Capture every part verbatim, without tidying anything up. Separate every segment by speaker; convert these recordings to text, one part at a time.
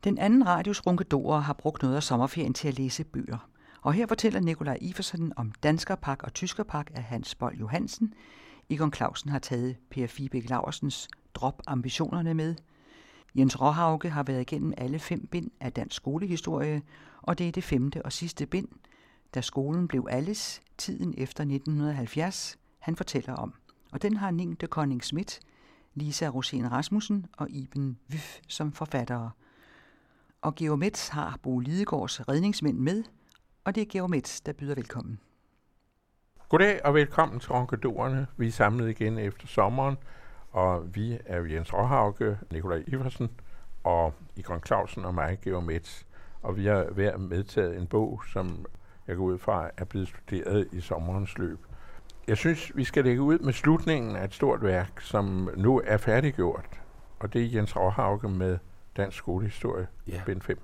Speaker 1: Den anden radios runkedorer har brugt noget af sommerferien til at læse bøger. Og her fortæller Nikolaj Iversen om Danskerpak og Tyskerpak af Hans Boll Johansen. Egon Clausen har taget Per Fibæk Laursens Drop ambitionerne med. Jens Råhauke har været igennem alle fem bind af dansk skolehistorie, og det er det femte og sidste bind, da skolen blev alles, tiden efter nitten halvfjerds, han fortæller om. Og den har Ning de Konning Schmidt, Lisa Rosén Rasmussen og Iben Wyf som forfattere. Og Georg Metz har Bo Lidegaards redningsmænd med, og det er Georg Metz, der byder velkommen.
Speaker 2: Goddag og velkommen til Ronkedorerne. Vi er samlet igen efter sommeren, og vi er Jens Råhauke, Nikolaj Iversen og Egon Clausen og mig, Georg Metz. Og vi har hver medtaget en bog, som jeg går ud fra er blevet studeret i sommerens løb. Jeg synes, vi skal lægge ud med slutningen af et stort værk, som nu er færdiggjort. Og det er Jens Råhauke med Dansk Skolehistorie, ja. Bind fem.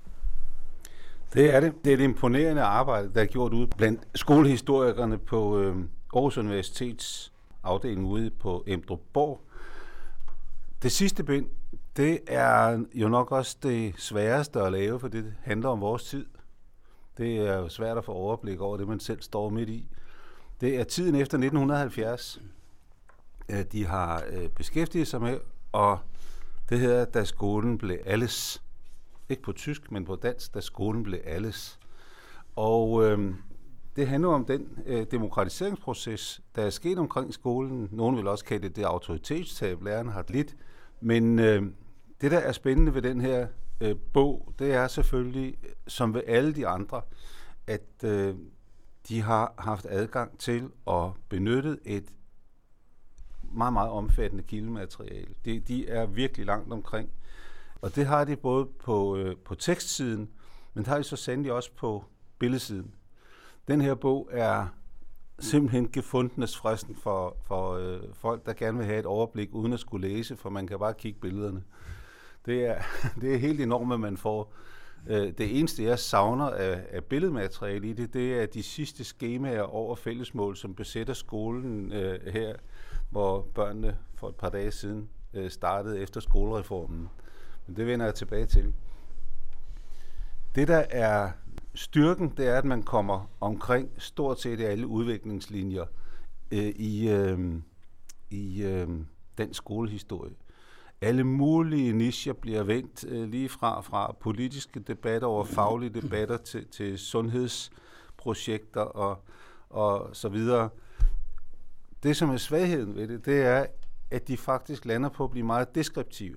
Speaker 3: Det er det. Det er et imponerende arbejde, der er gjort ude blandt skolehistorikerne på øh, Aarhus Universitets afdeling ude på Emdrupborg. Det sidste bind, det er jo nok også det sværeste at lave, for det handler om vores tid. Det er jo svært at få overblik over det, man selv står midt i. Det er tiden efter nitten halvfjerds, de har beskæftiget sig med, og det hedder, da skolen blev alles. Ikke på tysk, men på dansk, da skolen blev alles. Og øh, det handler om den øh, demokratiseringsproces, der er sket omkring skolen. Nogen vil også kalde det det autoritetstab, lærerne har lidt. Men øh, det, der er spændende ved den her øh, bog, det er selvfølgelig, som ved alle de andre, at øh, de har haft adgang til at benytte et meget, meget omfattende kildemateriale. De, de er virkelig langt omkring. Og det har de både på, øh, på tekstsiden, men det har de så sandelig også på billedsiden. Den her bog er simpelthen gefundenes fristen for, for øh, folk, der gerne vil have et overblik uden at skulle læse, for man kan bare kigge billederne. Det er, det er helt enormt, at man får. Øh, det eneste, jeg savner af, af billedmateriale i det, det er de sidste skemaer over fællesmål, som besætter skolen øh, her, hvor børnene for et par dage siden øh, startede efter skolereformen. Men det vender jeg tilbage til. Det, der er styrken, det er, at man kommer omkring stort set alle udviklingslinjer øh, i, øh, i øh, den skolehistorie. Alle mulige nicher bliver vendt øh, lige fra, fra politiske debatter over faglige debatter til, til sundhedsprojekter og, og så videre. Det, som er svagheden ved det, det er, at de faktisk lander på at blive meget deskriptive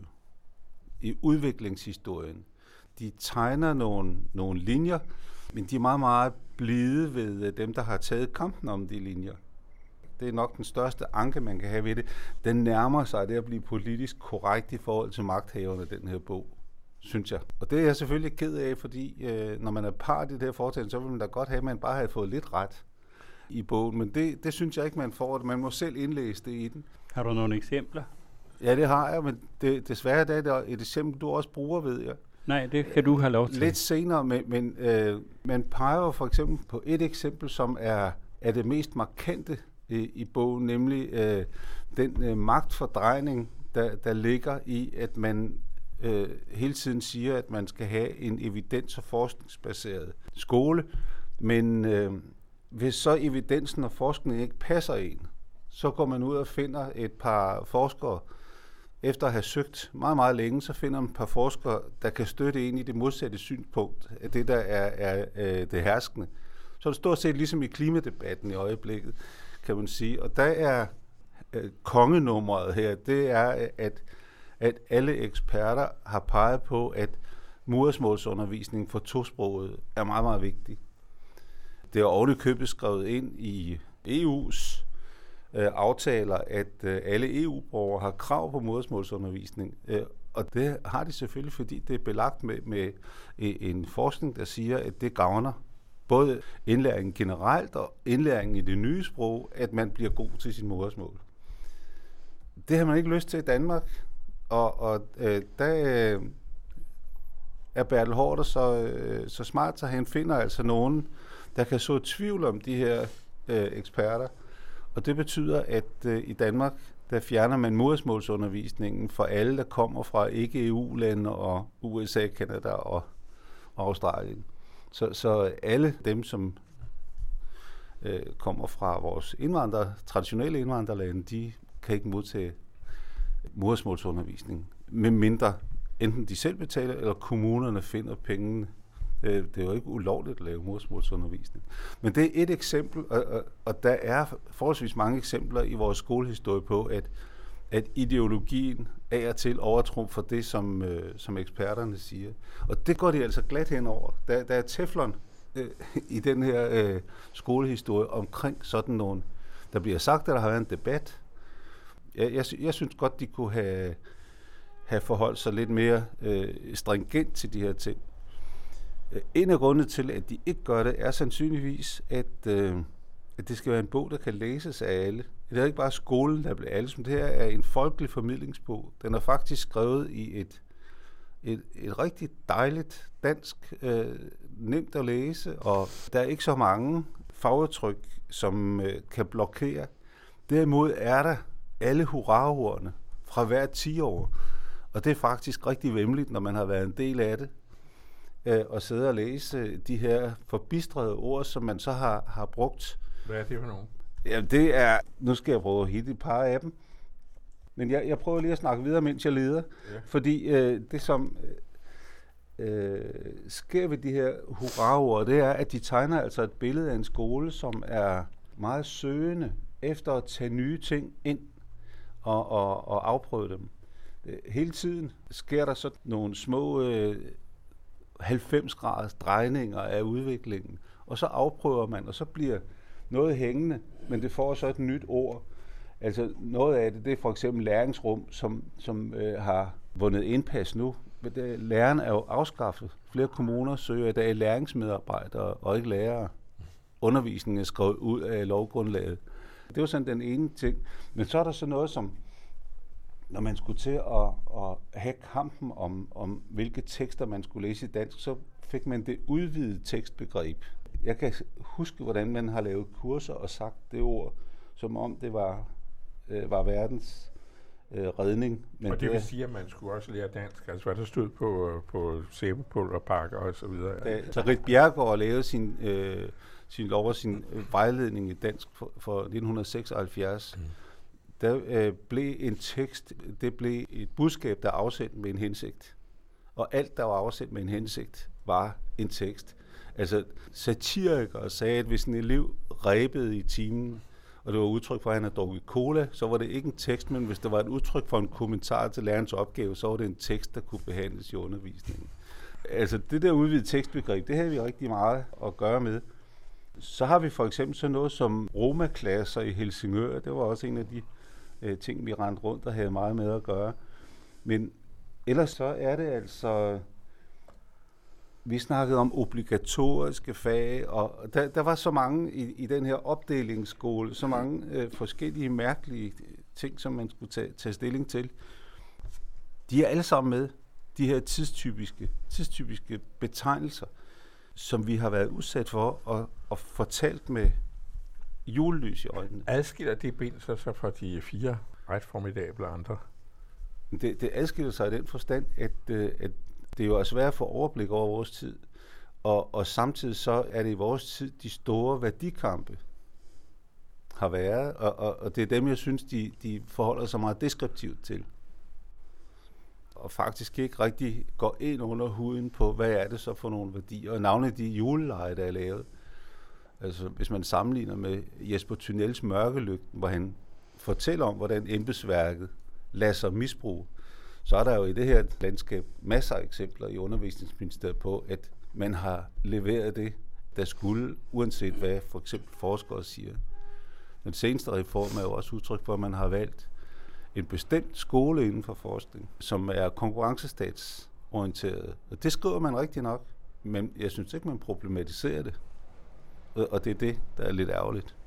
Speaker 3: i udviklingshistorien. De tegner nogle, nogle linjer, men de er meget, meget blide ved dem, der har taget kampen om de linjer. Det er nok den største anke, man kan have ved det. Den nærmer sig det at blive politisk korrekt i forhold til magthaverne, den her bog, synes jeg. Og det er jeg selvfølgelig ked af, fordi øh, når man er part i det her foretagende, så vil man da godt have, at man bare havde fået lidt ret i bogen. Men det, det synes jeg ikke, man får. Man må selv indlæse det i den.
Speaker 4: Har du nogle eksempler?
Speaker 3: Ja, det har jeg, men det, desværre det er det et eksempel, du også bruger, ved jeg.
Speaker 4: Nej, det kan du have lov til.
Speaker 3: Lidt senere, men, men øh, man peger jo for eksempel på et eksempel, som er, er det mest markante øh, i bogen, nemlig øh, den øh, magtfordrejning, der, der ligger i, at man øh, hele tiden siger, at man skal have en evidens- og forskningsbaseret skole, men øh, hvis så evidensen og forskningen ikke passer en, så går man ud og finder et par forskere. Efter at have søgt meget, meget længe, så finder man et par forskere, der kan støtte en i det modsatte synspunkt af det, der er, er, er det herskende. Så er det stort set ligesom i klimadebatten i øjeblikket, kan man sige. Og der er øh, kongenummeret her, det er, at, at alle eksperter har peget på, at modersmålsundervisning for tosproget er meget, meget vigtig. Det er ovenikøbet skrevet ind i E U's aftaler, at øh, alle E U-borgere har krav på modersmålsundervisning. Øh, og det har de selvfølgelig, fordi det er belagt med, med en forskning, der siger, at det gavner både indlæringen generelt og indlæringen i det nye sprog, at man bliver god til sin modersmål. Det har man ikke lyst til i Danmark, og, og øh, der øh, er Bertel Haarder så, øh, så smart, så han finder altså nogen, der kan så tvivl om de her øh, eksperter. Og det betyder, at øh, i Danmark, der fjerner man modersmålsundervisningen for alle, der kommer fra ikke-E U-lande og U S A, Canada og, og Australien. Så, så alle dem, som øh, kommer fra vores indvandrere, traditionelle indvandrerlande, de kan ikke modtage modersmålsundervisning, med mindre enten de selv betaler, eller kommunerne finder pengene. Det er jo ikke ulovligt at lave modersmålsundervisning. Men det er et eksempel, og, og, og der er forholdsvis mange eksempler i vores skolehistorie på, at, at ideologien af og til overtrumfer det, som, øh, som eksperterne siger. Og det går de altså glat henover. Der, der er teflon øh, i den her øh, skolehistorie omkring sådan nogle. Der bliver sagt, at der har været en debat. Jeg, jeg, jeg synes godt, de kunne have, have forholdt sig lidt mere øh, stringent til de her ting. En af grundene til, at de ikke gør det, er sandsynligvis, at, øh, at det skal være en bog, der kan læses af alle. Det er ikke bare skolen, der bliver alles, men det her er en folkelig formidlingsbog. Den er faktisk skrevet i et, et, et rigtig dejligt dansk, øh, nemt at læse, og der er ikke så mange fagudtryk, som øh, kan blokere. Derimod er der alle hurraordene fra hver ti år, og det er faktisk rigtig vemmeligt, når man har været en del af det, og sidde og læse de her forbistrede ord, som man så har, har brugt.
Speaker 2: Hvad er det for nogen?
Speaker 3: Ja, det er... Nu skal jeg prøve at hitte et par af dem. Men jeg, jeg prøver lige at snakke videre, mens jeg leder. Ja. Fordi øh, det, som øh, sker ved de her hurra-ord, det er, at de tegner altså et billede af en skole, som er meget søgende efter at tage nye ting ind og, og, og afprøve dem. Hele tiden sker der så nogle små... Øh, halvfems graders drejninger af udviklingen, og så afprøver man, og så bliver noget hængende, men det får så et nyt ord. Altså noget af det, det er for eksempel læringsrum, som, som øh, har vundet indpas nu. Det, læreren er jo afskaffet. Flere kommuner søger i dag læringsmedarbejdere og ikke lærere. Undervisningen er skrevet ud af lovgrundlaget. Det var sådan den ene ting. Men så er der så noget som, når man skulle til at, at have kampen om, om, hvilke tekster man skulle læse i dansk, så fik man det udvidede tekstbegreb. Jeg kan huske, hvordan man har lavet kurser og sagt det ord, som om det var, øh, var verdens øh, redning.
Speaker 2: Men og det vil sige, at man skulle også lære dansk, altså hvad der stod på, på sæbepulverpakker og så videre.
Speaker 3: Da, så Rit Bjerregaard lavede sin, øh, sin lov og sin øh, vejledning i dansk for, for nitten seksoghalvfjerds, mm. der øh, blev en tekst, det blev et budskab, der er afsendt med en hensigt. Og alt, der var afsendt med en hensigt, var en tekst. Altså, satirikere sagde, at hvis en elev ræbede i timen, og det var udtryk for, at han havde drukket cola, så var det ikke en tekst, men hvis det var et udtryk for en kommentar til lærerens opgave, så var det en tekst, der kunne behandles i undervisningen. Altså, det der udvidede tekstbegreb, det havde vi rigtig meget at gøre med. Så har vi for eksempel sådan noget som Roma-klasser i Helsingør. Det var også en af de øh, ting, vi rendte rundt og havde meget med at gøre. Men ellers så er det altså... Vi snakkede om obligatoriske fag, og der, der var så mange i, i den her opdelingsskole, så mange øh, forskellige mærkelige ting, som man skulle tage, tage stilling til. De er alle sammen med, de her tidstypiske, tidstypiske betegnelser, som vi har været udsat for og, og fortalt med julelys i øjnene.
Speaker 2: Adskiller det bind sig så fra de fire ret formidable andre?
Speaker 3: Det, det adskiller sig i den forstand, at, øh, at det er jo svært at få overblik over vores tid, og, og samtidig så er det i vores tid, de store værdikampe har været, og, og, og det er dem, jeg synes, de, de forholder sig meget deskriptivt til. Og faktisk ikke rigtig går ind under huden på, hvad er det så for nogle værdier, og navnlig de juleleje, der er lavet. Altså, hvis man sammenligner med Jesper Thunels Mørkelygten, hvor han fortæller om, hvordan embedsværket lader sig misbruge, så er der jo i det her landskab masser af eksempler i Undervisningsministeriet på, at man har leveret det, der skulle, uanset hvad for eksempel forskere siger. Den seneste reform er jo også udtryk for, at man har valgt en bestemt skole inden for forskning, som er konkurrencestatsorienteret. Og det skriver man rigtig nok, men jeg synes ikke, man problematiserer det. Og det er det, der er lidt ærgerligt.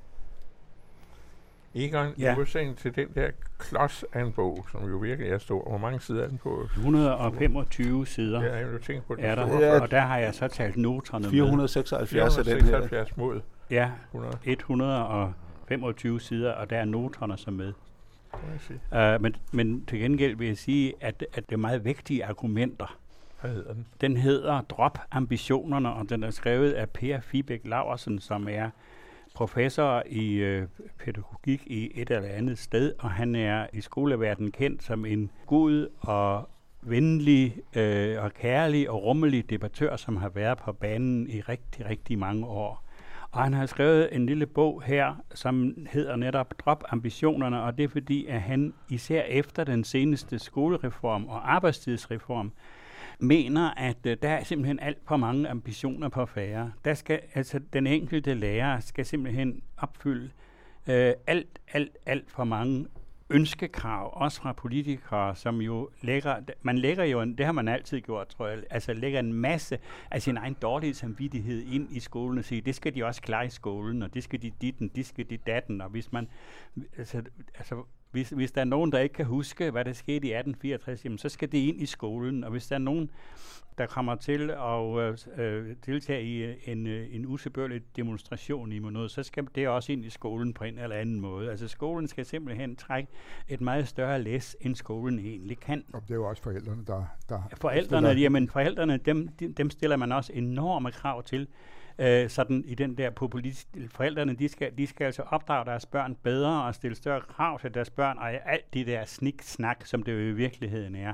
Speaker 2: Egon, ja. I modsætning til den der klods af en bog, som jo virkelig er stor. Hvor mange sider er den på?
Speaker 4: et hundrede og femogtyve sider
Speaker 2: ja, jeg tænker på den
Speaker 4: er der, ja, og der har jeg så talt noterne med.
Speaker 3: fire hundrede og seksoghalvfjerds er den her.
Speaker 2: fire hundrede og seksoghalvfjerds mod
Speaker 4: ja, hundrede. et hundrede og femogtyve sider, og der er noterne så med. Uh, men, men til gengæld vil jeg sige, at, at det er meget vægtige argumenter.
Speaker 2: Hvad hedder den?
Speaker 4: Den hedder Drop ambitionerne, og den er skrevet af Per Fibæk Laursen, som er professor i øh, pædagogik i et eller andet sted, og han er i skoleverdenen kendt som en god og venlig øh, og kærlig og rummelig debattør, som har været på banen i rigtig, rigtig mange år. Og han har skrevet en lille bog her, som hedder netop Drop ambitionerne, og det er fordi, at han især efter den seneste skolereform og arbejdstidsreform mener, at uh, der er simpelthen alt for mange ambitioner på færre. Der skal, altså den enkelte lærer skal simpelthen opfylde uh, alt, alt, alt for mange ønskekrav, også fra politikere, som jo lægger, man lægger jo, en, det har man altid gjort, tror jeg, altså lægger en masse af sin egen dårlige samvittighed ind i skolen og siger, det skal de også klare i skolen, og det skal de ditten, det skal de datten, og hvis man, altså, altså Hvis, hvis der er nogen, der ikke kan huske, hvad der skete i atten fireogtres, jamen, så skal det ind i skolen. Og hvis der er nogen, der kommer til at øh, deltage i en, en utilbørlig demonstration i noget, så skal det også ind i skolen på en eller anden måde. Altså skolen skal simpelthen trække et meget større læs, end skolen egentlig kan.
Speaker 5: Og det er jo også forældrene, der... der
Speaker 4: forældrene, jamen forældrene, dem, dem stiller man også enorme krav til. Øh, sådan i den der populistiske, forældrene, de skal, de skal altså opdrage deres børn bedre og stille større krav til deres børn, og alt det der snik-snak, som det jo i virkeligheden er.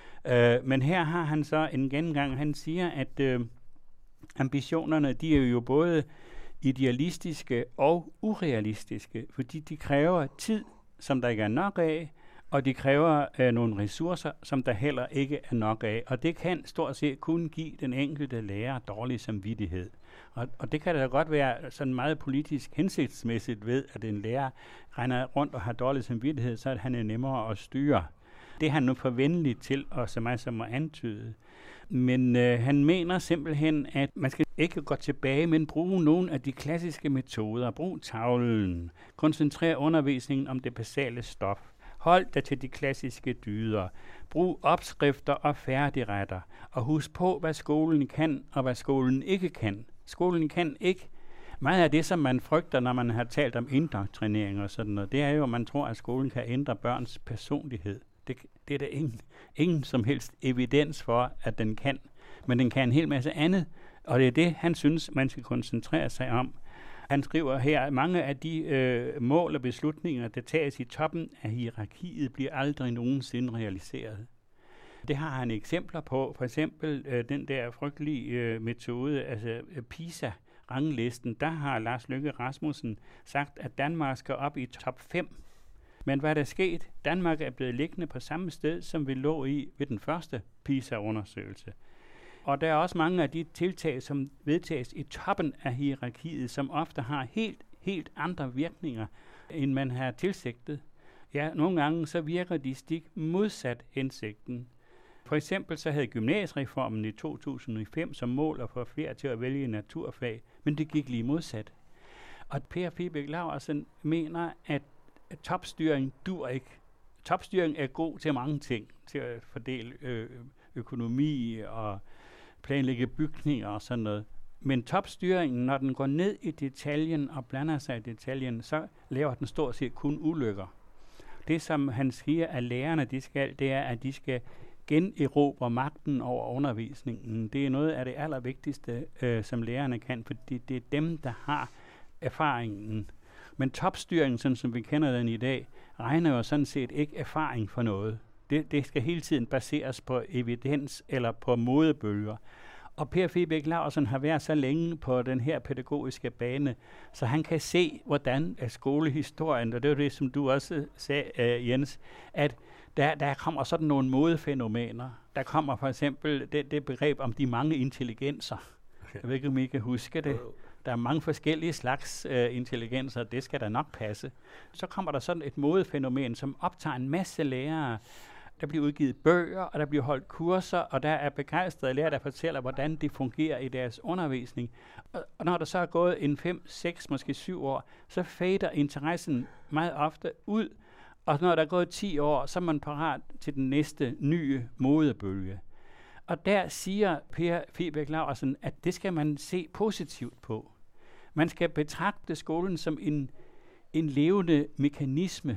Speaker 4: Øh, men her har han så en gennemgang, han siger, at øh, ambitionerne, de er jo både idealistiske og urealistiske, fordi de kræver tid, som der ikke er nok af, og de kræver øh, nogle ressourcer, som der heller ikke er nok af. Og det kan stort set kun give den enkelte lærer dårlig samvittighed. Og, og det kan da godt være sådan meget politisk hensigtsmæssigt ved, at en lærer regner rundt og har dårlig samvittighed, så er han er nemmere at styre. Det er han nu forvendelig til, og så meget som må antyde. Men øh, han mener simpelthen, at man skal ikke gå tilbage, men bruge nogle af de klassiske metoder. Brug tavlen. Koncentrere undervisningen om det basale stof. Hold dig til de klassiske dyder. Brug opskrifter og færdigretter. Og husk på, hvad skolen kan, og hvad skolen ikke kan. Skolen kan ikke. Meget af det, som man frygter, når man har talt om indoktrinering og sådan noget, det er jo, at man tror, at skolen kan ændre børns personlighed. Det, det er der ingen, ingen som helst evidens for, at den kan. Men den kan en hel masse andet, og det er det, han synes, man skal koncentrere sig om. Han skriver her, at mange af de øh, mål og beslutninger, der tages i toppen af hierarkiet, bliver aldrig nogensinde realiseret. Det har han eksempler på. For eksempel øh, den der frygtelige øh, metode, altså øh, PISA-ranglisten. Der har Lars Løkke Rasmussen sagt, at Danmark skal op i top fem. Men hvad er der sket? Danmark er blevet liggende på samme sted, som vi lå i ved den første PISA-undersøgelse. Og der er også mange af de tiltag, som vedtages i toppen af hierarkiet, som ofte har helt, helt andre virkninger, end man har tilsigtet. Ja, nogle gange så virker de stik modsat hensigten. For eksempel så havde gymnasiereformen i to tusind og fem som mål at få flere til at vælge naturfag, men det gik lige modsat. Og Per Fibæk Laursen mener, at topstyring dur ikke. Topstyring er god til mange ting, til at fordele ø- økonomi og planlægge bygninger og sådan noget. Men topstyringen, når den går ned i detaljen og blander sig i detaljen, så laver den stort set kun ulykker. Det, som han siger, at lærerne de skal, det er, at de skal generobre magten over undervisningen. Det er noget af det allervigtigste, øh, som lærerne kan, fordi det er dem, der har erfaringen. Men topstyringen, sådan som vi kender den i dag, regner jo sådan set ikke erfaring for noget. Det, det skal hele tiden baseres på evidens eller på modebølger. Og Per Fibæk Laursen har været så længe på den her pædagogiske bane, så han kan se, hvordan er skolehistorien, og det er det, som du også sagde, uh, Jens, at der, der kommer sådan nogle modefænomener. Der kommer for eksempel det, det begreb om de mange intelligenser. Jeg ved ikke, om I kan huske det. Der er mange forskellige slags uh, intelligenser, det skal da nok passe. Så kommer der sådan et modefænomen, som optager en masse lærere. Der bliver udgivet bøger, og der bliver holdt kurser, og der er begejstrede lærere, der fortæller, hvordan det fungerer i deres undervisning. Og, og når der så er gået en fem, seks, måske syv år, så fader interessen meget ofte ud, og når der er gået ti år, så er man parat til den næste nye modebølge. Og der siger Per Fibæk Laursen, at det skal man se positivt på. Man skal betragte skolen som en, en levende mekanisme,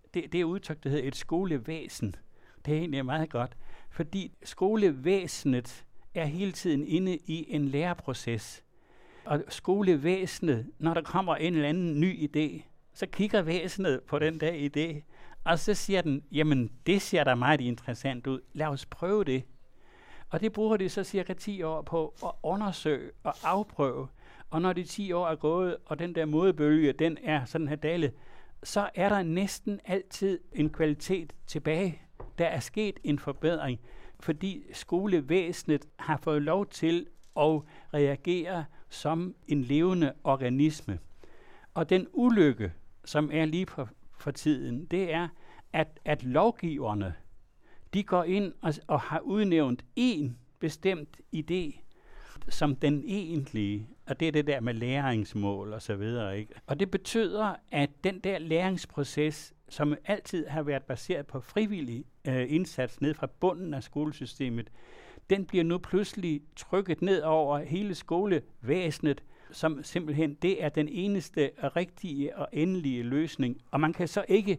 Speaker 4: det, det udtryk, der hedder et skolevæsen. Det er egentlig meget godt, fordi skolevæsenet er hele tiden inde i en læreproces. Og skolevæsenet, når der kommer en eller anden ny idé, så kigger væsenet på den der idé, og så siger den, jamen det ser da meget interessant ud, lad os prøve det. Og det bruger de så cirka ti år på at undersøge og afprøve. Og når de ti år er gået, og den der modebølge, den er sådan her dalet, så er der næsten altid en kvalitet tilbage. Der er sket en forbedring, fordi skolevæsenet har fået lov til at reagere som en levende organisme. Og den ulykke, som er lige på, for tiden, det er, at, at lovgiverne, de går ind og, og har udnævnt en bestemt idé som den egentlige, og det er det der med læringsmål og så videre, ikke? Og det betyder, at den der læringsproces, som altid har været baseret på frivillig øh, indsats ned fra bunden af skolesystemet, den bliver nu pludselig trykket ned over hele skolevæsenet, som simpelthen det er den eneste rigtige og endelige løsning. Og man kan så ikke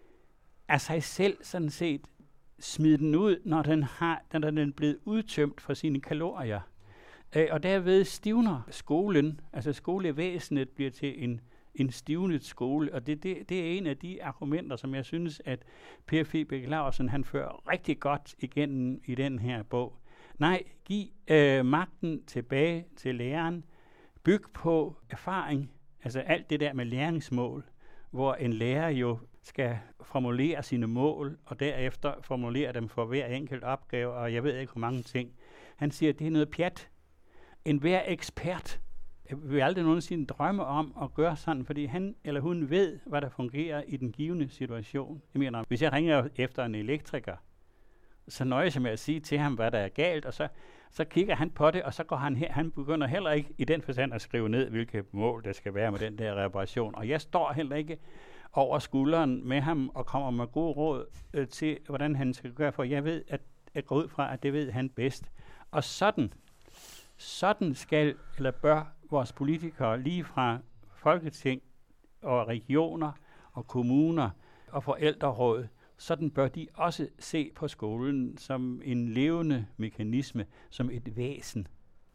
Speaker 4: af sig selv sådan set smide den ud, når den har, når den er blevet udtømt for sine kalorier. Øh, og derved stivner skolen, altså skolevæsenet bliver til en, en stivnet skole, og det, det, det er en af de argumenter, som jeg synes, at Per Fibeke Laursen, han fører rigtig godt igennem i den her bog. Nej, giv øh, magten tilbage til læreren, byg på erfaring, altså alt det der med læringsmål, hvor en lærer jo skal formulere sine mål, og derefter formulere dem for hver enkelt opgave, og jeg ved ikke, hvor mange ting. Han siger, at det er noget pjat. En hver ekspert vil aldrig nogensinde drømme om at gøre sådan, fordi han eller hun ved, hvad der fungerer i den givende situation. Jeg mener, hvis jeg ringer efter en elektriker, så nøjes jeg med at sige til ham, hvad der er galt, og så, så kigger han på det, og så går han her. Han begynder heller ikke i den forstand at skrive ned, hvilke mål der skal være med den der reparation. Og jeg står heller ikke over skulderen med ham og kommer med gode råd øh, til, hvordan han skal gøre, for jeg ved, at jeg går ud fra, at det ved han bedst. Og sådan, sådan skal eller bør vores politikere lige fra Folketing og regioner og kommuner og forældreråd, sådan bør de også se på skolen som en levende mekanisme, som et væsen.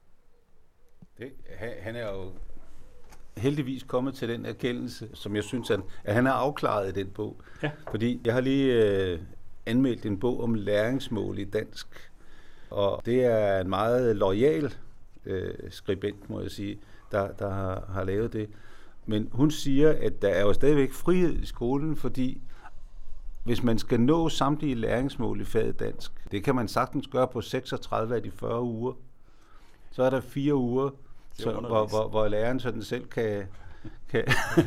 Speaker 3: Det, han er jo heldigvis kommet til den erkendelse, som jeg synes, at, at han har afklaret i den bog.
Speaker 4: Ja.
Speaker 3: Fordi jeg har lige øh, anmeldt en bog om læringsmål i dansk, og det er en meget loyal øh, skribent, må jeg sige, der, der har, har lavet det. Men hun siger, at der er jo stadigvæk frihed i skolen, fordi hvis man skal nå samtlige læringsmål i faget dansk, det kan man sagtens gøre på seksogtredive af de fyrre uger, så er der fire uger, så, hvor, hvor, hvor læreren sådan selv kan, kan,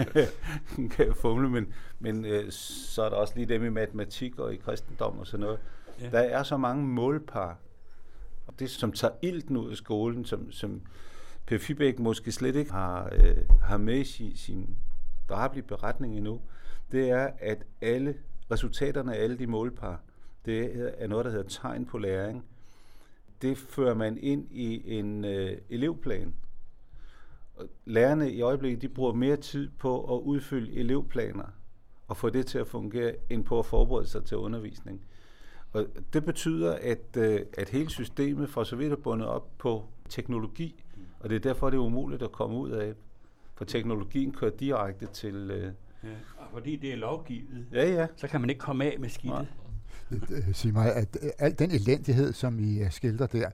Speaker 3: kan fumle, men, men øh, så er der også lige dem i matematik og i kristendom og sådan noget. Ja. Der er så mange målpar, og det som tager ilten ud af skolen, som, som Per Fibeke måske slet ikke har, øh, har med i sin, sin drabelige beretning endnu, det er, at alle resultaterne af alle de målpar, det er noget, der hedder tegn på læring. Det fører man ind i en øh, elevplan. Og lærerne i øjeblikket, de bruger mere tid på at udfylde elevplaner og få det til at fungere, end på at forberede sig til undervisning. Og det betyder, at, øh, at hele systemet for så vidt er bundet op på teknologi, og det er derfor, det er umuligt at komme ud af. For teknologien kører direkte til... Øh,
Speaker 4: ja, og fordi det er lovgivet,
Speaker 3: ja, ja.
Speaker 4: så kan man ikke komme af med skidtet.
Speaker 5: Sig mig, at al den elendighed, som I skildrer der,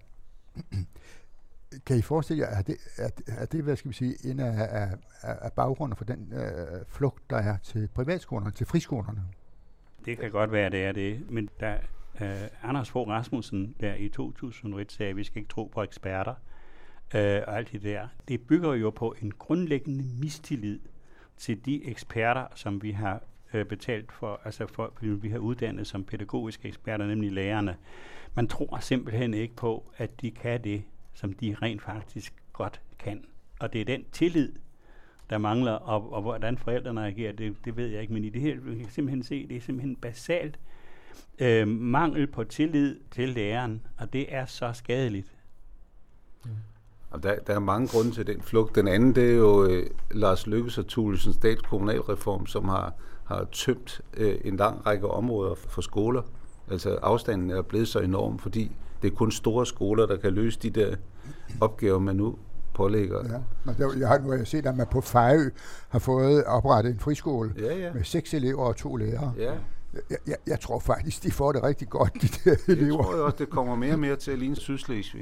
Speaker 5: kan I forestille jer, at det, at, at det hvad skal vi sige, en af, af, af baggrunden for den øh, flugt, der er til privatskolerne, til friskolerne?
Speaker 4: Det kan godt være, det er det. Men da øh, Anders Fogh Rasmussen der i to tusind og et sagde, at vi skal ikke tro på eksperter, øh, og alt det der, det bygger jo på en grundlæggende mistillid til de eksperter, som vi har øh, betalt for, altså for, vi har uddannet som pædagogiske eksperter, nemlig lærerne. Man tror simpelthen ikke på, at de kan det, som de rent faktisk godt kan. Og det er den tillid, der mangler, og, og hvordan forældrene reagerer, det, det ved jeg ikke, men i det her, vi kan simpelthen se, det er simpelthen basalt øh, mangel på tillid til læreren, og det er så skadeligt.
Speaker 3: Mm. Og der, der er mange grunde til den flugt. Den anden, det er jo øh, Lars Løkke Rasmussens statskommunalreform, som har har tømt øh, en lang række områder for skoler. Altså afstanden er blevet så enorm, fordi det er kun store skoler, der kan løse de der opgaver, man nu pålægger.
Speaker 5: Ja, men der, jeg har nu set, at man på Fejø har fået oprettet en friskole
Speaker 3: ja, ja.
Speaker 5: med seks elever og to lærere.
Speaker 3: Ja.
Speaker 5: Jeg, jeg, jeg tror faktisk, de får det rigtig godt, de der elever.
Speaker 3: Jeg tror også, det kommer mere og mere til at ligne Sydslesvig.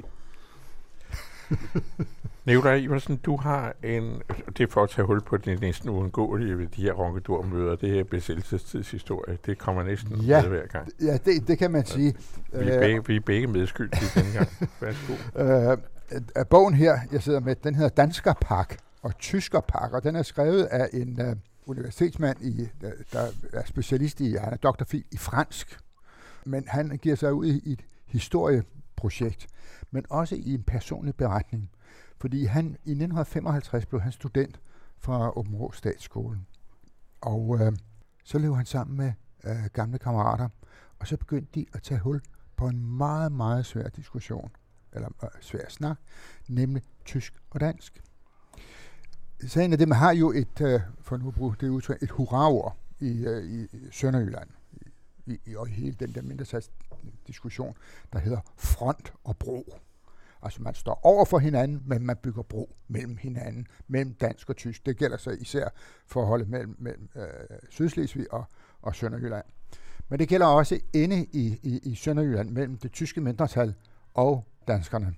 Speaker 2: Nikolaj Iversen, du har en, det er for at tage hul på det næsten uundgåelige ved de her ronkedormøder, det her besættelsestidshistorie, det kommer næsten
Speaker 5: ja,
Speaker 2: med hver gang.
Speaker 5: Ja, det, det kan man sige.
Speaker 2: Vi er begge, vi er begge medskyldige denne gang. Værsgo.
Speaker 5: Øh, bogen her, jeg sidder med, den hedder Danskerpak og Tyskerpak, og den er skrevet af en uh, universitetsmand, i, der, der er specialist i, han er doktor i fransk, men han giver sig ud i et historieprojekt, men også i en personlig beretning. Fordi han i nitten femoghalvtreds blev han student fra Aabenraa Statsskolen. Og øh, så løb han sammen med øh, gamle kammerater, og så begyndte de at tage hul på en meget, meget svær diskussion, eller øh, svær snak, nemlig tysk og dansk. Sagen er det, man har jo et, øh, for nu at bruge det udtryk, et hurraord i, øh, i Sønderjylland, i, i, og i hele den der mindretalsdiskussion, der hedder front og bro. Altså man står over for hinanden, men man bygger bro mellem hinanden, mellem dansk og tysk. Det gælder så især forholdet mellem, mellem øh, Sydslesvig og, og Sønderjylland. Men det gælder også inde i, i, i Sønderjylland mellem det tyske mindretal og danskerne.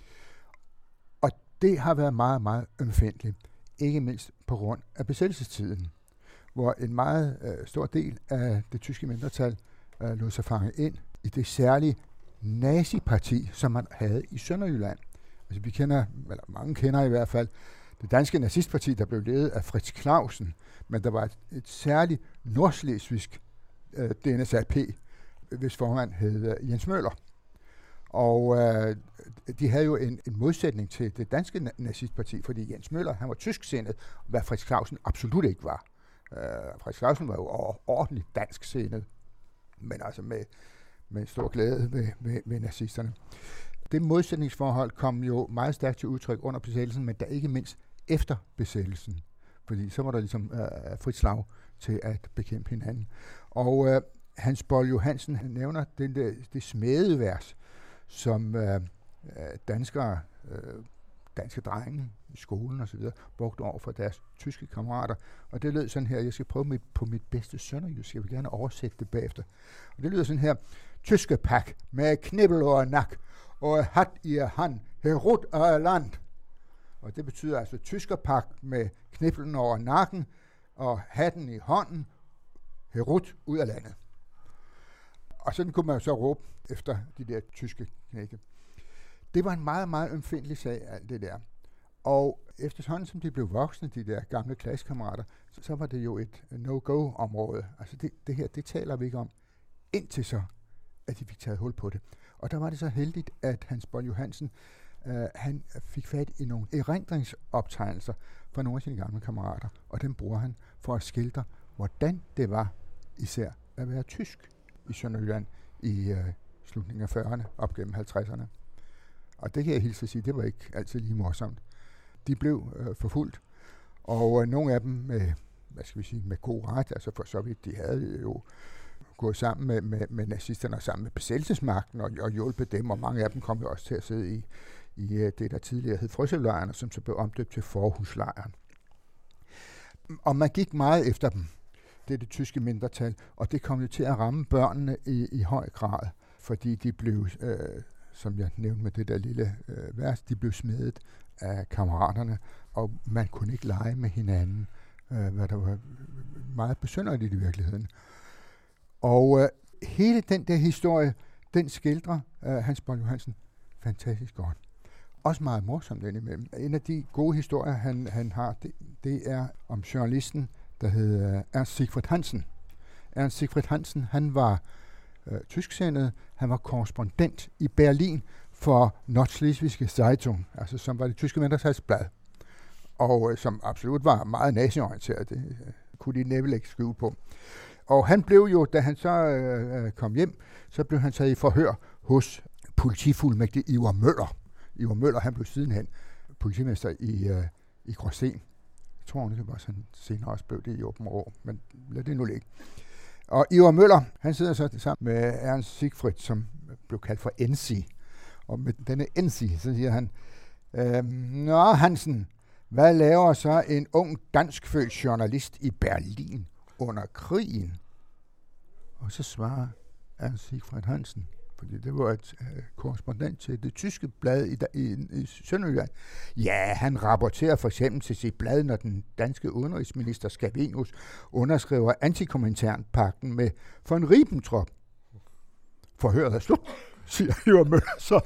Speaker 5: Og det har været meget, meget ømfindtligt, ikke mindst på grund af besættelsestiden, hvor en meget øh, stor del af det tyske mindretal øh, lod sig fange ind i det særlige naziparti, som man havde i Sønderjylland. Altså vi kender, eller mange kender i hvert fald, det danske nazistparti, der blev ledet af Fritz Clausen, men der var et, et særligt nordslesvigsk øh, D N S A P, hvis formand hed øh, Jens Møller. Og øh, de havde jo en, en modsætning til det danske na- nazistparti, fordi Jens Møller, han var tysksindet, hvad Fritz Clausen absolut ikke var. Øh, Fritz Clausen var jo ordentligt dansksindet, men altså med med stor glæde ved, ved, ved nazisterne. Det modsætningsforhold kom jo meget stærkt til udtryk under besættelsen, men der ikke mindst efter besættelsen. Fordi så var der ligesom øh, frit slag til at bekæmpe hinanden. Og øh, Hans Boll Johansen han nævner den der, det smedevers, som øh, danskere, øh, danske drenge i skolen osv. brugte over for deres tyske kammerater. Og det lød sådan her, jeg skal prøve mit, på mit bedste sønderjysk, jeg vil gerne oversætte det bagefter. Og det lyder sådan her: Tyskepak med knibbel og nak, og hat i hand, herut og land. Og det betyder altså tyskerpak med knibbelen over nakken, og hatten i hånden, herut ud af landet. Og sådan kunne man så råbe efter de der tyske knække. Det var en meget, meget ømfindelig sag, alt det der. Og efterhånden som de blev voksne, de der gamle klassekammerater, så, så var det jo et no-go-område. Altså det, det her, det taler vi ikke om, indtil så, at de fik taget hul på det. Og der var det så heldigt, at Hans Boll Johansen, øh, han fik fat i nogle erindringsoptegnelser fra nogle af sine gamle kammerater, og dem bruger han for at skildre, hvordan det var især at være tysk i Sønderjylland i øh, slutningen af fyrrerne, op gennem halvtredserne. Og det kan jeg hilse at sige, det var ikke altid lige morsomt. De blev øh, forfulgt, og øh, nogle af dem med, hvad skal vi sige, med god ret, altså for så vidt, de havde jo gået sammen med, med, med nazisterne og sammen med besættelsesmagten og, og hjulpet dem, og mange af dem kom jo også til at sidde i, i uh, det, der tidligere hed Frøslevlejren, som så blev omdøbt til Forhuslejren. Og man gik meget efter dem, det er det tyske mindretal, og det kom jo til at ramme børnene i, i høj grad, fordi de blev, øh, som jeg nævnte med det der lille øh, vers, de blev smedet af kammeraterne, og man kunne ikke lege med hinanden, øh, hvad der var meget besynderligt i virkeligheden. Og øh, hele den der historie, den skildrer øh, Hans Boll Johansen fantastisk godt. Også meget morsomt indimellem. En af de gode historier, han, han har, det, det er om journalisten, der hed Ernst Sigfrid Hansen. Ernst Sigfrid Hansen, han var øh, tysksindet, han var korrespondent i Berlin for Nordschleswische Zeitung, altså som var det tyske mindretalsblad, og øh, som absolut var meget naziorienteret, det øh, kunne de næppe ikke skjule på. Og han blev jo, da han så øh, kom hjem, så blev han taget i forhør hos politifuldmægtig Ivar Møller. Ivar Møller, han blev sidenhen politimester i, øh, i Gråsten, Jeg tror, hun også han senere også blev det i Aabenraa, men lad det nu ligge. Og Ivar Møller, han sidder så sammen med Ernst Siegfried, som blev kaldt for N C. Og med denne N C, så siger han, øhm, Nå Hansen, hvad laver så en ung danskfødt journalist i Berlin under krigen? Og så svarer Ernst Siegfried Hansen, fordi det var et øh, korrespondent til det tyske blad i, i, i Sønderjylland. Ja, han rapporterer for eksempel til sit blad, når den danske udenrigsminister Scavenius underskriver antikominternpagten med von Ribbentrop. Forhøret er slut, siger Ivar Møller så.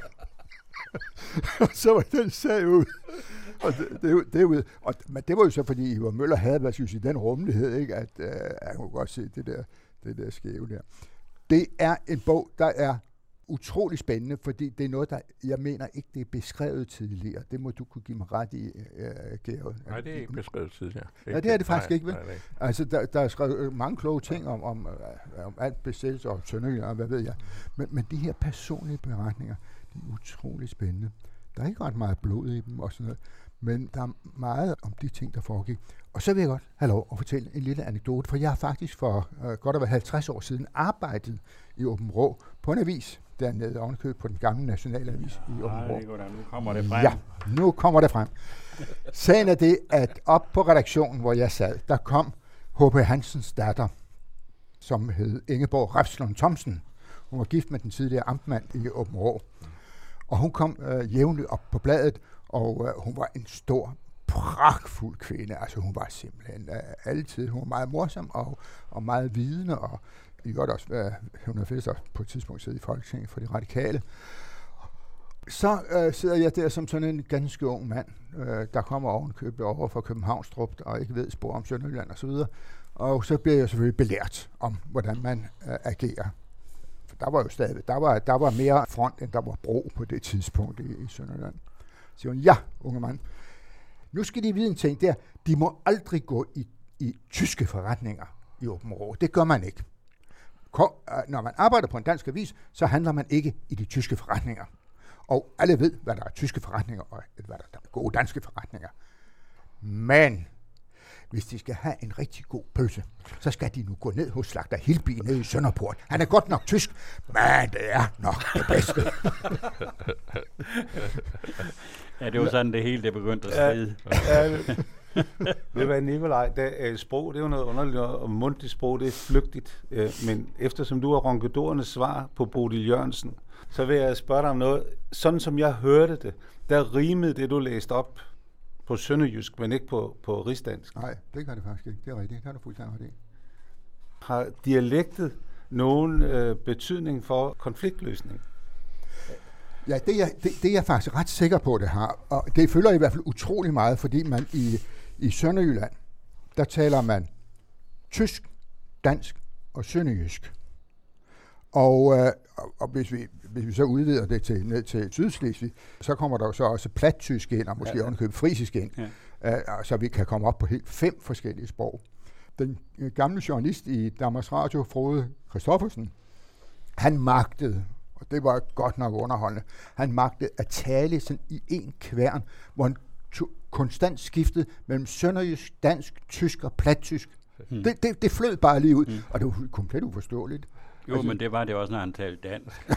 Speaker 5: Og så var den sag ud. Og det, det, det, ud. Og, men det var jo så, fordi Ivar Møller havde, hvad skal jeg sige, den rummelighed, ikke? At øh, jeg kunne godt se det der, det der skæve der. Det er en bog, der er utrolig spændende, fordi det er noget, der, jeg mener ikke, det er beskrevet tidligere. Det må du kunne give mig ret i, uh, Georg.
Speaker 2: Nej, det er ikke beskrevet tidligere.
Speaker 5: Det ja, det er det faktisk
Speaker 2: nej,
Speaker 5: ikke, vel? Nej, nej. Altså, der, der er skrevet mange kloge ting om, om, uh, om alt besættelse og Sønderjylland, og hvad ved jeg. Men, men de her personlige beretninger, de er utrolig spændende. Der er ikke ret meget blod i dem og sådan noget, men der er meget om de ting, der foregik. Og så vil jeg godt have lov at fortælle en lille anekdote, for jeg har faktisk for uh, godt over halvtreds år siden arbejdet i Aabenraa på en avis, dernede ovenikøbet på den gamle nationalavis i Aabenraa.
Speaker 4: Nej, nu kommer det frem.
Speaker 5: Ja, nu kommer det frem. Sagen er det, at op på redaktionen, hvor jeg sad, der kom H P Hansens datter, som hed Ingeborg Refslund Thomsen. Hun var gift med den tidligere amtmand i Aabenraa. Og hun kom øh, jævnligt op på bladet, og øh, hun var en stor, pragtfuld kvinde. Altså hun var simpelthen øh, altid, hun var meget morsom og, og meget vidende, og i godt også, øh, hun har faktisk også på et tidspunkt siddet i Folketinget for de radikale. Så øh, sidder jeg der som sådan en ganske ung mand, øh, der kommer ovenkøbet over fra Københavnstrup, og ikke ved spor om Sønderjylland osv. Og, og så bliver jeg selvfølgelig belært om, hvordan man øh, agerer. For der var jo stadig, der var, der var mere front, end der var bro på det tidspunkt i, i Sønderjylland. Så siger hun, ja, unge mand, nu skal de vide en ting der, de må aldrig gå i, i tyske forretninger i Aabenraa. Det gør man ikke. Kom, øh, når man arbejder på en dansk avis, så handler man ikke i de tyske forretninger. Og alle ved, hvad der er tyske forretninger, og hvad der er gode danske forretninger. Men hvis de skal have en rigtig god pølse, så skal de nu gå ned hos slagter Hilby nede i Sønderport. Han er godt nok tysk, men det er nok det bedste.
Speaker 4: Ja, det var sådan, det hele det begyndte at skride.
Speaker 3: Ja, ja, ved hvad, Nikolaj, det er sprog, det er jo noget underligt noget, og mundtligt sprog, det er flygtigt. Men eftersom du har ronkedorernes svar på Bodil Jørgensen, så vil jeg spørge dig om noget. Sådan som jeg hørte det, der rimede det, du læste op på sønderjysk, men ikke på, på rigsdansk.
Speaker 5: Nej, det kan det faktisk ikke. Det er rigtigt. Det har du fuldstændig ret i.
Speaker 3: Har dialektet nogen øh, betydning for konfliktløsning?
Speaker 5: Ja, det er, jeg, det, det er jeg faktisk ret sikker på, det har. Og det følger i hvert fald utrolig meget, fordi man i, i Sønderjylland, der taler man tysk, dansk og sønderjysk. Og, øh, og, og hvis, vi, hvis vi så udvider det til, ned til Sydslesvig, så kommer der jo så også plattysk ind, og måske ja, ja. ovenikøbet frisisk ind, ja. øh, så vi kan komme op på helt fem forskellige sprog. Den øh, gamle journalist i Danmarks Radio, Frode Christoffersen, han magtede, og det var godt nok underholdende, han magtede at tale sådan i en kværn, hvor han to, konstant skiftede mellem sønderjysk, dansk, tysk og plattysk. Hmm. Det, det, det flød bare lige ud, hmm. og det var komplet uforståeligt.
Speaker 4: Jo, altså, men det var det også, når han talte dansk.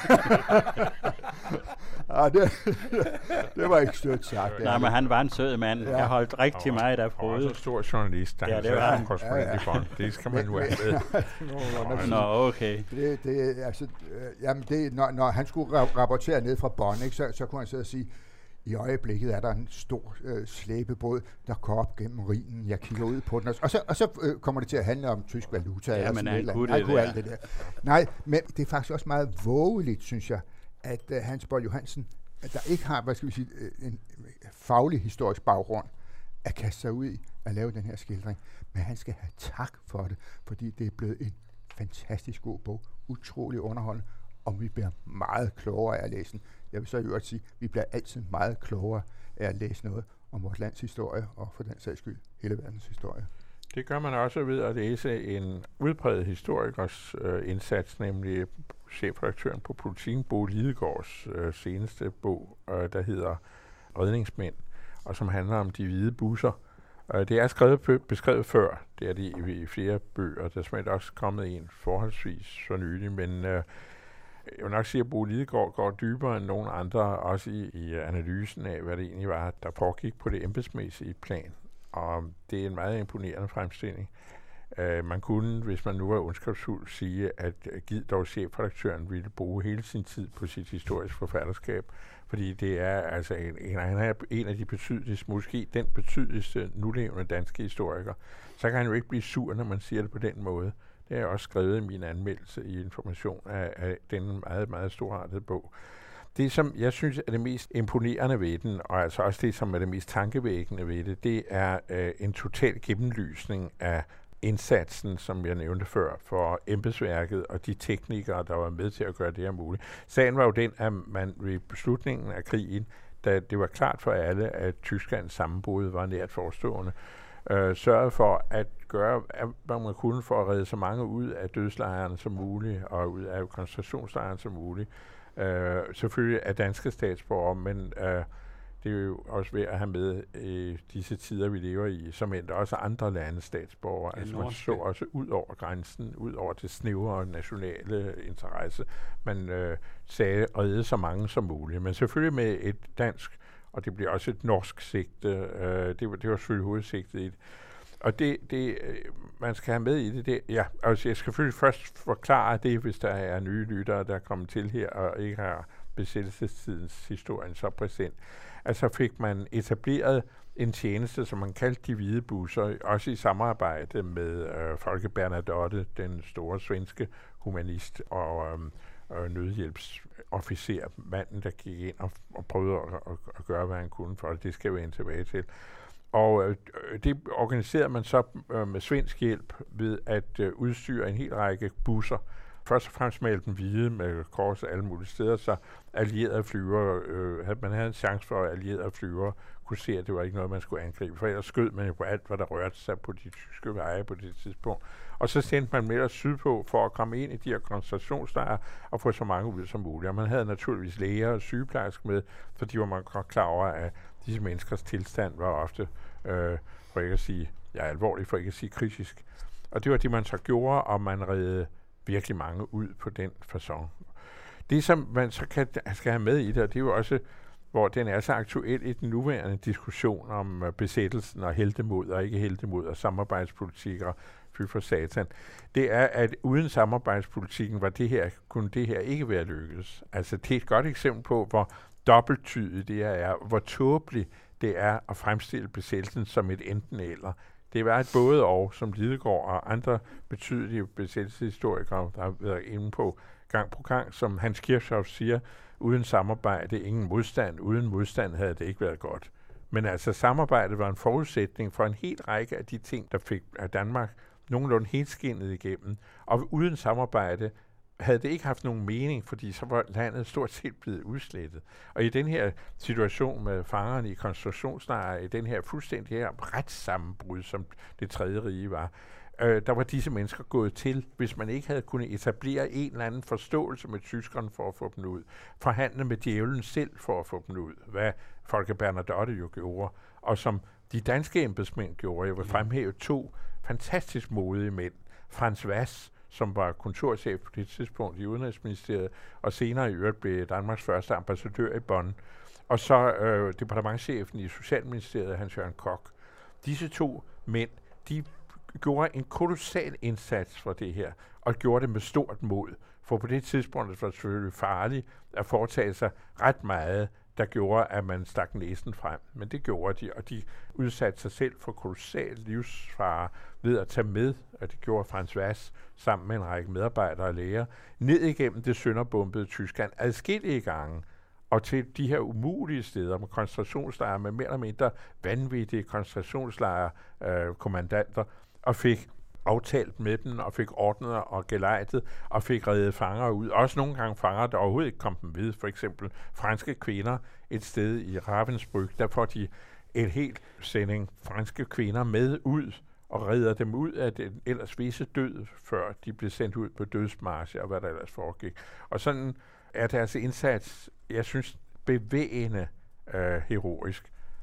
Speaker 5: ja, det, det var ikke stødt sagt.
Speaker 4: Nej, men han var en sød mand. Ja. Jeg holdt rigtig meget af Frode.
Speaker 2: Og også en stor journalist, der ja, det var han. Ja, ja. Det skal man jo have med.
Speaker 4: Nå, okay.
Speaker 5: Det, det, altså, øh, jamen det, når, når han skulle rapportere ned fra Bonn, ikke, så, så kunne han sidde og sige, i øjeblikket er der en stor øh, slæbebåd, der går op gennem Rhinen. Jeg kigger ud på den, og så, og så øh, kommer det til at handle om tysk valuta.
Speaker 4: Ja, men han kunne det,
Speaker 5: kunne alt det der. Nej, men det er faktisk også meget vågeligt, synes jeg, at uh, Hans Boll Johansen, at der ikke har, hvad skal vi sige, en faglig historisk baggrund, at kaste sig ud i at lave den her skildring. Men han skal have tak for det, fordi det er blevet en fantastisk god bog, utrolig underholdende, og vi bliver meget klogere af at læse den. Jeg vil så i øvrigt sige, at vi bliver altid meget klogere af at læse noget om vores lands historie, og for den sags skyld hele verdens historie.
Speaker 2: Det gør man også ved at læse en udpræget historikers øh, indsats, nemlig chefredaktøren på Politiken, Bo Lidegaards øh, seneste bog, øh, der hedder Redningsmænd, og som handler om de hvide busser, Det er skrevet, beskrevet før, det er det i flere bøger, der er simpelthen også kommet en forholdsvis for nylig, men øh, jeg vil nok sige, at Bo Lidegaard går dybere end nogen andre, også i, i analysen af, hvad det egentlig var, der foregik på det embedsmæssige plan. Og det er en meget imponerende fremstilling. Uh, man kunne, hvis man nu var ondskabsfuld, sige, at giv dog chefredaktøren ville bruge hele sin tid på sit historiske forfatterskab, fordi det er altså en, en, en, en af de betydeligste, måske den betydeligste nulevende danske historiker. Så kan han jo ikke blive sur, når man siger det på den måde. Det har jeg også skrevet i min anmeldelse i Information af, af den meget, meget storartede bog. Det, som jeg synes er det mest imponerende ved den, og altså også det, som er det mest tankevækkende ved det, det er øh, en total gennemlysning af indsatsen, som jeg nævnte før, for embedsværket og de teknikere, der var med til at gøre det her muligt. Sagen var jo den, at man ved beslutningen af krigen, da det var klart for alle, at Tysklands sammenbrud var nært forestående, øh, sørgede for at gøre, hvad man kunne for at redde så mange ud af dødslejrene som muligt, og ud af koncentrationslejrene som muligt. Øh, selvfølgelig er danske statsborgere, men øh, det er jo også ved at have med i disse tider, vi lever i, som endda også andre landes statsborgere. Altså man så også ud over grænsen, ud over det snævre nationale interesse. Man øh, sagde redde så mange som muligt, men selvfølgelig med et dansk, og det bliver også et norsk sigte. Øh, det, var, det var selvfølgelig hovedsigtet i det. Og det, det man skal have med i det, det ja, altså jeg skal selvfølgelig først forklare det, hvis der er nye lyttere, der er kommet til her, og ikke har besættelsestidens historien så præsent. Altså fik man etableret en tjeneste, som man kaldte de hvide busser, også i samarbejde med øh, Folke Bernadotte, den store svenske humanist og øh, nødhjælpsofficer, manden, der gik ind og, og prøvede at, at, at gøre, hvad han kunne for det. Det skal vi vende tilbage til. Og øh, det organiserede man så øh, med svensk hjælp ved at øh, udstyre en hel række busser. Først og fremmest med den hvide med kors alle mulige steder, så allierede flyvere, øh, man havde en chance for, at allierede flyvere kunne se, at det var ikke noget, man skulle angribe. For ellers skød man jo på alt, hvad der rørte sig på de tyske veje på det tidspunkt. Og så sendte man med os sydpå for at komme ind i de her koncentrationslejre og få så mange ud som muligt. Og man havde naturligvis læger og sygeplejersker med, fordi var man godt klar over, at disse menneskers tilstand var ofte, øh, for ikke at sige, ja, alvorligt, for ikke at sige kritisk. Og det var det, man så gjorde, og man reddede virkelig mange ud på den facon. Det, som man så kan, skal have med i det, og det er jo også, hvor den er så aktuel i den nuværende diskussion om uh, besættelsen og heltemod og ikke heltemod og samarbejdspolitik og fy for satan, det er, at uden samarbejdspolitikken var det her, kunne det her ikke være lykkedes. Altså, det er et godt eksempel på, hvor dobbelttydigt det er, hvor tåbeligt det er at fremstille besættelsen som et enten eller. Det var et både og, som Lidegaard og andre betydelige besættelseshistorikere, der har været inde på gang på gang, som Hans Kirchhoff siger, uden samarbejde, ingen modstand. Uden modstand havde det ikke været godt. Men altså samarbejdet var en forudsætning for en hel række af de ting, der fik af Danmark nogenlunde helskindet igennem. Og uden samarbejde havde det ikke haft nogen mening, fordi så var landet stort set blevet udslettet. Og i den her situation med fangerne i koncentrationslejre, i den her fuldstændig her retssammenbrud, som det tredje rige var, øh, der var disse mennesker gået til, hvis man ikke havde kunnet etablere en eller anden forståelse med tyskerne for at få dem ud. Forhandle med djævlen selv for at få dem ud, hvad Folke Bernadotte jo gjorde, og som de danske embedsmænd gjorde. Jeg vil fremhæve to fantastisk modige mænd. Frans Hvass, som var kontorchef på det tidspunkt i Udenrigsministeriet, og senere i øvrigt blev Danmarks første ambassadør i Bonn. Og så øh, departementschefen i Socialministeriet, Hans Jørgen Koch. Disse to mænd, de gjorde en kolossal indsats for det her, og gjorde det med stort mod. For på det tidspunkt var det selvfølgelig farligt at foretage sig ret meget, der gjorde, at man stak næsen frem. Men det gjorde de, og de udsatte sig selv for kolossal livsfare ved at tage med, og det gjorde Frans Hvass sammen med en række medarbejdere og læger, ned igennem det sønderbombede Tyskland adskillige gange, og til de her umulige steder med koncentrationslejre, med mere eller mindre vanvittige koncentrationslejre øh, kommandanter, og fik aftalt med dem, og fik ordnet og gelejtet, og fik reddet fanger ud. Også nogle gange fanger, der overhovedet ikke kom dem ved. For eksempel franske kvinder et sted i Ravensbrück, der får de et helt sending franske kvinder med ud, og redder dem ud af den ellers visse død, før de blev sendt ud på dødsmarche, og hvad der ellers foregik. Og sådan er deres indsats, jeg synes, bevægende øh, heroisk.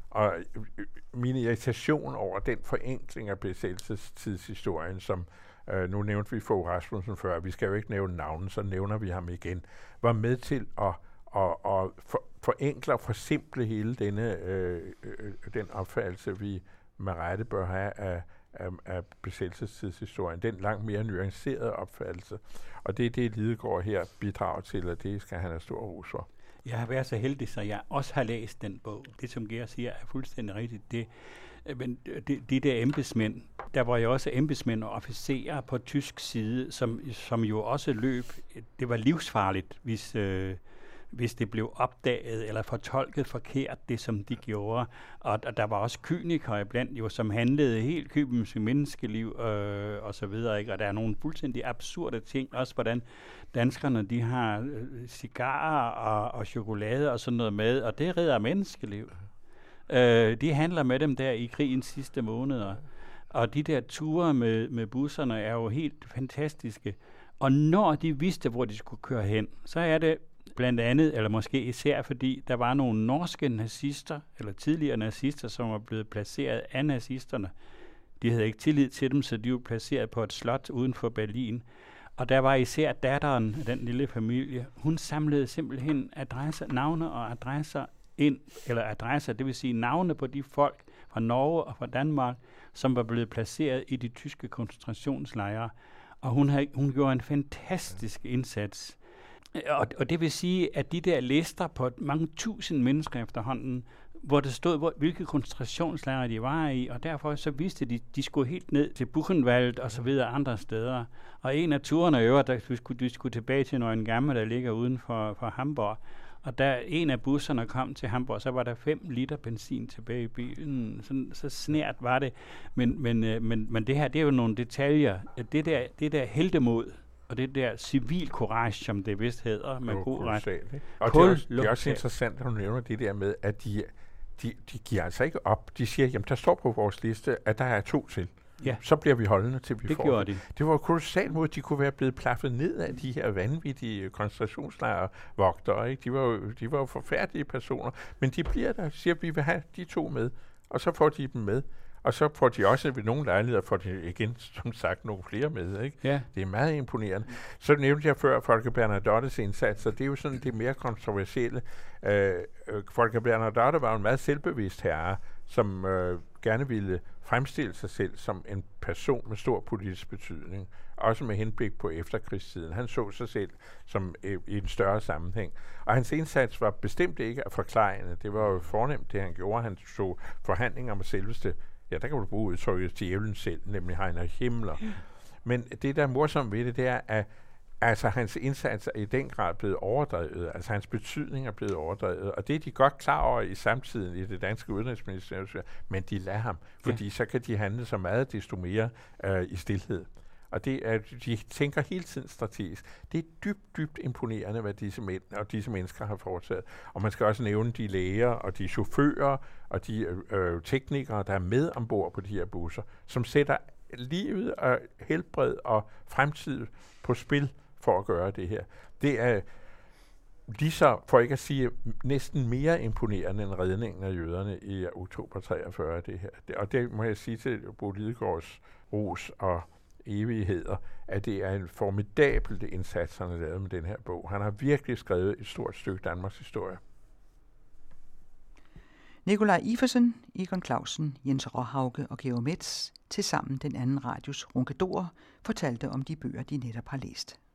Speaker 2: Og min irritation over den forenkling af besættelsestidshistorien, som øh, nu nævnte vi Fogh Rasmussen før, vi skal jo ikke nævne navnet, så nævner vi ham igen, var med til at, at, at for, forenkle og forsimple hele denne øh, øh, den opfattelse, vi med rette bør have af, af, af besættelsestidshistorien. Den langt mere nuancerede opfattelse. Og det er det, Lidegaard her bidrager til, og det skal han have stor ros for.
Speaker 4: Jeg har været så heldig, så jeg også har læst den bog. Det, som Geir siger, er fuldstændig rigtigt. Det, men de, de der embedsmænd, der var jo også embedsmænd og officerer på tysk side, som, som jo også løb. Det var livsfarligt, hvis, øh, hvis det blev opdaget eller fortolket forkert, det som de gjorde. Og, og der var også kynikere iblandt, jo, som handlede helt kynisk med menneskeliv øh, og så videre. Ikke? Og der er nogle fuldstændig absurde ting, også hvordan danskerne, de har øh, cigarer og, og chokolade og sådan noget med, og det redder menneskeliv. Øh, de handler med dem der i krigens sidste måneder. Og de der ture med, med busserne er jo helt fantastiske. Og når de vidste, hvor de skulle køre hen, så er det blandt andet, eller måske især fordi, der var nogle norske nazister, eller tidligere nazister, som var blevet placeret af nazisterne. De havde ikke tillid til dem, så de var placeret på et slot uden for Berlin. Og der var især datteren af den lille familie. Hun samlede simpelthen adresser, navne og adresser ind, eller adresser, det vil sige navne på de folk fra Norge og fra Danmark, som var blevet placeret i de tyske koncentrationslejre. Og hun, havde, hun gjorde en fantastisk indsats. Og, og det vil sige, at de der lister på mange tusind mennesker efterhånden, hvor der stod, hvor, hvilke koncentrationslejre de var i, og derfor så vidste de, de skulle helt ned til Buchenwald og så videre andre steder. Og en af turene øver, der vi skulle, de skulle tilbage til Neuengamme, der ligger uden for, for Hamburg. Og da en af busserne kom til Hamburg, så var der fem liter benzin tilbage i bilen. Så, så snært var det. Men, men, men, men det her, det er jo nogle detaljer. Det der, det der heltemod, og det der civil courage, som det vist hedder, med god ret.
Speaker 2: Og det er, også, det er også interessant, at du nævner det der med, at de, de, de giver altså ikke op. De siger, jamen der står på vores liste, at der er to til. Ja. Så bliver vi holdende til, vi
Speaker 4: det
Speaker 2: får
Speaker 4: gjorde
Speaker 2: det.
Speaker 4: De.
Speaker 2: Det var jo kolossalt mod, at de kunne være blevet plaffet ned af de her vanvittige koncentrationslejrevogtere. Ikke? De var jo, de var jo forfærdelige personer, men de bliver der, siger, at vi vil have de to med, og så får de dem med. Og så får de også ved nogle lejligheder, får de igen, som sagt, nogle flere med. Ikke?
Speaker 4: Ja.
Speaker 2: Det er meget imponerende. Så nævnte jeg før Folke Bernadottes indsatser. Det er jo sådan det mere kontroversielle. Øh, Folke Bernadotte var en meget selvbevidst herre, som øh, gerne ville fremstille sig selv som en person med stor politisk betydning. Også med henblik på efterkrigstiden. Han så sig selv som øh, i en større sammenhæng. Og hans indsats var bestemt ikke at forklejende. Det var jo fornemt, det han gjorde. Han så forhandlinger med selveste. Ja, der kan du bruge udtrykket djævlen selv, nemlig Heinrich Himmler. Mm. Men det, der er morsomt ved det, det er, at altså, hans indsats er i den grad blevet overdrevet. Altså, hans betydning er blevet overdrevet. Og det er de godt klar over i samtiden i det danske udenrigsministerium, men de lader ham, fordi ja. Så kan de handle så meget desto mere øh, i stilhed. Og det er, de tænker hele tiden strategisk. Det er dybt, dybt imponerende, hvad disse mænd og disse mennesker har foretaget. Og man skal også nævne de læger og de chauffører og de øh, teknikere, der er med ombord på de her busser, som sætter livet og helbred og fremtid på spil for at gøre det her. Det er lige så, for ikke at sige, næsten mere imponerende end redningen af jøderne i oktober treogfyrre. Det her. Det, og det må jeg sige til Bo Lidegaards ros og evigheder, at det er en formidabel indsats, han har lavet med den her bog. Han har virkelig skrevet et stort stykke Danmarks historie.
Speaker 1: Nikolaj Iversen, Egon Clausen, Jens Råhauke og Georg Metz, tilsammen den anden radios ronkedorer, fortalte om de bøger, de netop har læst.